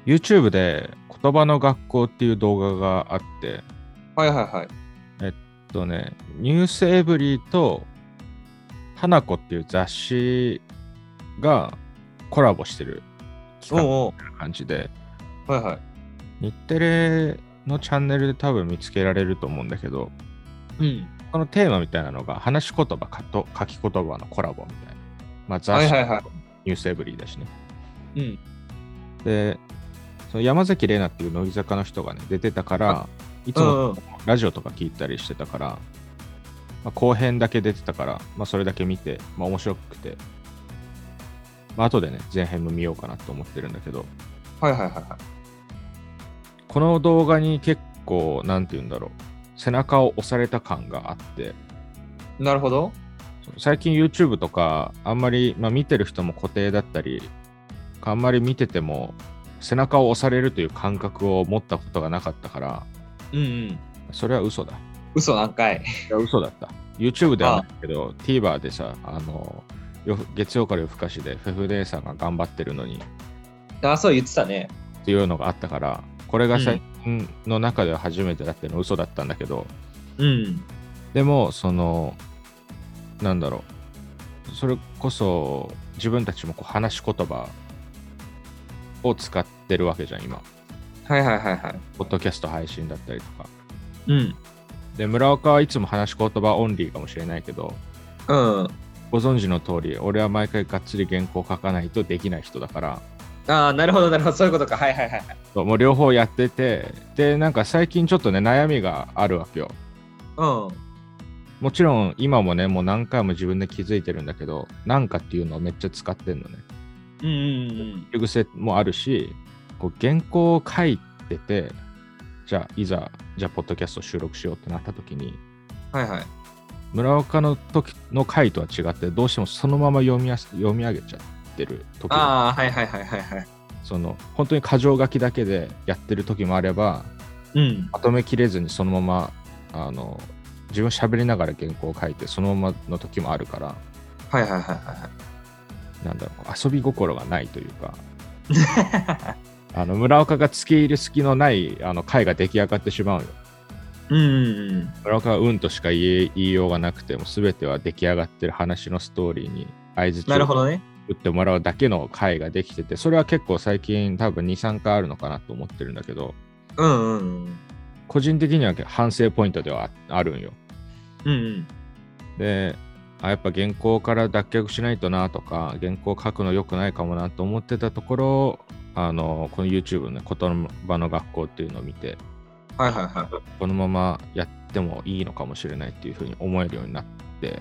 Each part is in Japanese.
YouTube で言葉の学校っていう動画があって、 はいはいはい。 ニュースエブリーと花子っていう雑誌がコラボしてる企画おうみたいな感じで、 おう。はいはい。 日テレのチャンネルで多分見つけられると思うんだけど、 うん。 このテーマみたいなのが話し言葉と書き言葉のコラボみたいな。まあ雑誌とはいはいはニュースエブリーだしね。 い。うん。 で、その山崎怜奈っていう乃木坂の人がね、出てたかあ、 ら、いつもうんうん。 ラジオとか聞いたりしてたから、後編だけ出てたから、それだけ見て、面白くて、後でね、前編も見ようかなと思ってるんだけど、 はいはいはいはこの動画に結構、なんて言うんだろう、背中を押された感があって、 い。なるほど。 最近 YouTube とか、あんまり、見てる人も固定だったり、あんまり見てても、背中を押されるという感覚を持ったことがなかったから、 うんうん。 それは嘘だ。 嘘何回。 いや、嘘だった。YouTube ではなあいけど、TVer でさ、月曜から夜更かしでフェフ姉さんが頑張ってるのにあ、そう言ってたね。 っていうのがあったから、これが最うん。 近の中では初めてだっていうのは嘘だったんだけど、 うん。 でも、なんだろう、それこそ自分たちも話し言葉を使ってるわけじゃん、今。 はいはいはいはい。 ポッドキャスト配信だったりとか。 うん。 で、村岡はいつも話し言葉オンリーかもしれないけど、 うん。 ご存知の通り、俺は毎回がっつり原稿書かないとできない人だから、 ああ、なるほどなるほど。そういうことか。はいはいはいはい。 もう両方やってて、で、なんか最近ちょっとね、悩みがあるわけよ。 うん。 もちろん今もね、もう何回も自分で気づいてるんだけど、なんかっていうのをめっちゃ使ってんのね。 うんうん口癖もあるし、原稿を書いてて、じゃあ、ポッドキャスト収録しようってなった時に、 うん。はいはい。 村岡の時の回とは違って、どうしてもそのまま読み上げちゃってる時が、 ああ、はいはいはいはいはい。 本当に箇条書きだけでやってる時もあれば、 うん。 まとめきれずにそのまま、自分喋りながら原稿を書いて、そのままの時もあるから、 はいはいはいはなんだろう、遊び心がないというか、 い。 村岡が付け入る隙のない回が出来上がってしまうよ。 うんうんうん。 村岡はうんとしか言いようがなくても、全ては出来上がってる話のストーリーに相槌をなるほどね。 打ってもらうだけの回ができてて、それは結構最近多分2、3回あるのかなと思ってるんだけど、 うんうんうん。 個人的には反省ポイントではあるんよ。 うんうん。 で、やっぱ原稿から脱却しないとなとか、原稿書くの良くないかもなと思ってたところ、この YouTube のね、言葉の学校っていうのを見て、 はいはいはい。 このままやってもいいのかもしれないっていうふうに思えるようになって、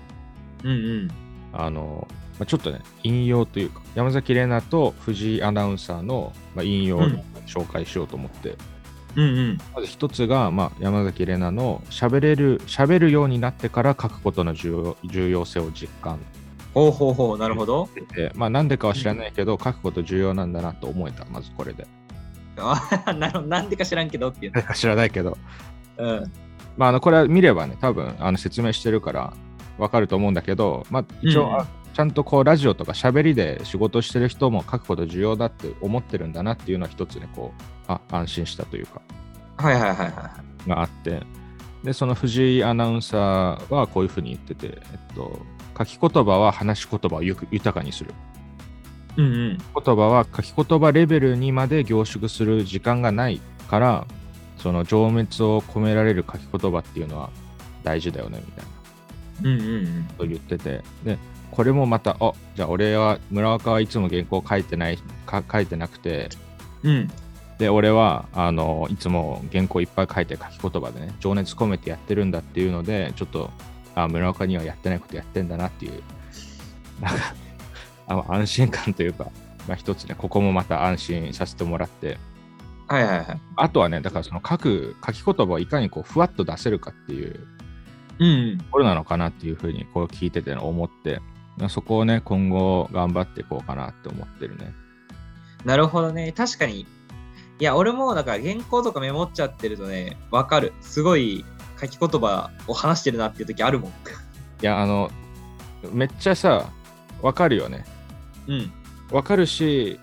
うんうん。 ちょっとね、引用というか、山崎怜奈と藤井アナウンサーの、引用を紹介しようと思って、 うんうん。 まず一つが、山崎怜奈の喋るようになってから書くことの重要性を実感ほうほうほう。なるほど。 で、なんでかは知らないけど、書くこと重要なんだなと思えた、まずこれで。 なんでか知らんけどっていうなんか知らないけど、 の。うん。 これは見ればね、多分説明してるからわかると思うんだけど、一応、 うんちゃんとラジオとか喋りで仕事してる人も書くこと重要だって思ってるんだなっていうのは一つね、安心したというか、 はいはいはいはがあって、で、その藤井アナウンサーはこういうふうに言ってて、書き言葉は話し言葉を豊かにする。 い。うんうん。 言葉は書き言葉レベルにまで凝縮する時間がないから、その情熱を込められる書き言葉っていうのは大事だよねみたいなうんうんと言ってて、でこれもまたじゃあ村岡はいつも原稿書いてなくて、 うん。うん。 で俺はいつも原稿いっぱい書いて書き言葉でね情熱込めてやってるんだっていうので、ちょっと村岡にはやってないことやってんだなっていうなんか安心感というか、一つね、ここもまた安心させてもらって、 はいはいはい。 あとはね、だからその書き言葉をいかにふわっと出せるかっていううんうん。 ところなのかなっていうふうに聞いてて思って、そこをね、今後頑張っていこうかなって思ってるね。 なるほどね。確かに。いや、俺もだから原稿とかメモっちゃってるとね、わかる。すごい書き言葉を話してるなっていう時あるもん。 いや、めっちゃさ、わかるよね。 うん。 わかるし、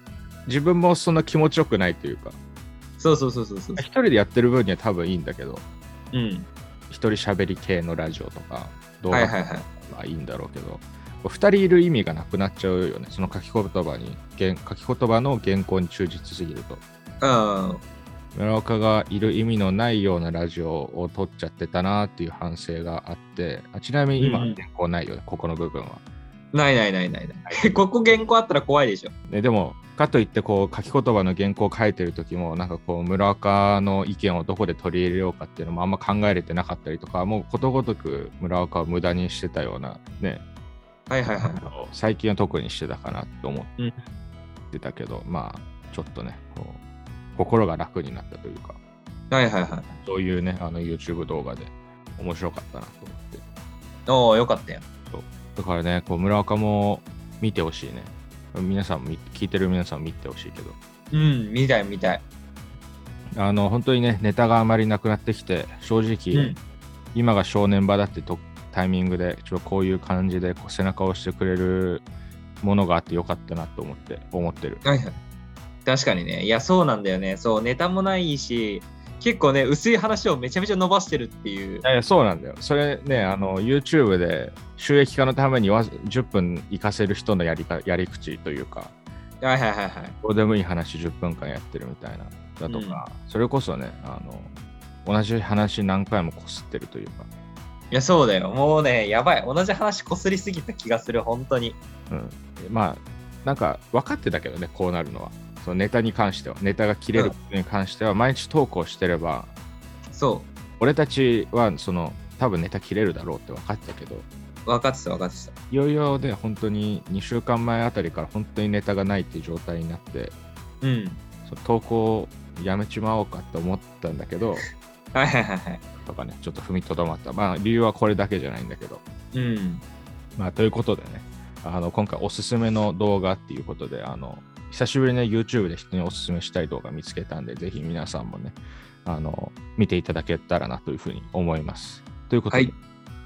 自分もそんな気持ちよくないというか、 そうそうそうそうそう。 一人でやってる分には多分いいんだけど、 うん。 一人喋り系のラジオとか動画とかはいはいはい。 はいいんだろうけど、二人いる意味がなくなっちゃうよね。その書き言葉の原稿に忠実すぎると。 うん。 村岡がいる意味のないようなラジオを撮っちゃってたなっていう反省があって、ちなみに今うんうん、 原稿ないよね、ここの部分は。 ないないないないない。ここ原稿あったら怖いでしょ。 ね、でもかといってこう書き言葉の原稿を書いてる時もなんかこう村岡の意見をどこで取り入れようかっていうのもあんま考えれてなかったりとか、もうことごとく村岡を無駄にしてたようなね、 はいはいはい。 最近は特にしてたかなと思っうん。 てたけど、まあちょっとねこう心が楽になったというか、 はいはいはい。 そういうねYouTube 動画で面白かったなと思って。 おー、よかったよ。 そうだからね、こう村岡も見てほしいね。皆さんも聞いてる皆さんも見てほしいけど、 うん、見たい見たい。 本当にね、ネタがあまりなくなってきて、正直、 うん。 今が正念場だってタイミングで、こういう感じでこう背中を押してくれるものがあってよかったなと思ってる。 はいはい。確かにね。いや、そうなんだよね。そう、ネタもないし、結構ね、薄い話をめちゃめちゃ伸ばしてるっていう。 いやいや、そうなんだよ。それね、YouTube で収益化のために10分活かせる人のやり口というか、 はいはいはいはい。 どうでもいい話10分間やってるみたいな、だとか、それこそね、同じ話何回もこすってるというか。 いや、そうだよ。もうね、やばい。同じ話こすりすぎた気がする、本当に。 うん。まあ、なんか分かってたけどね、こうなるのは。そのネタに関しては、ネタが切れることに関しては、毎日投稿してれば、 そ俺たちは多分ネタ切れるだろうって分かってたけど、 う。分かってた分かってた。 いよいよで本当に2週間前あたりから本当にネタがないっていう状態になって、 うん。 投稿やめちまおうかって思ったんだけど、 はいはいはいはい。 とかね、ちょっと踏みとどまった。まあ、理由はこれだけじゃないんだけど。 うん。 まあ、ということでね、今回おすすめの動画っていうことで、久しぶりに、ね、YouTube で人におすすめしたい動画見つけたんで、ぜひ皆さんもね、見ていただけたらなというふうに思います。ということで、 はい、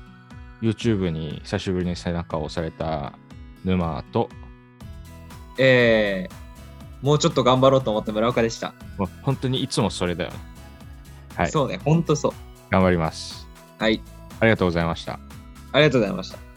YouTube に久しぶりに背中を押された沼と、 もうちょっと頑張ろうと思った村岡でした。 もう本当にいつもそれだよね。はい。 そうね、ほんとそう。 頑張ります。 はい。 ありがとうございました。 ありがとうございました。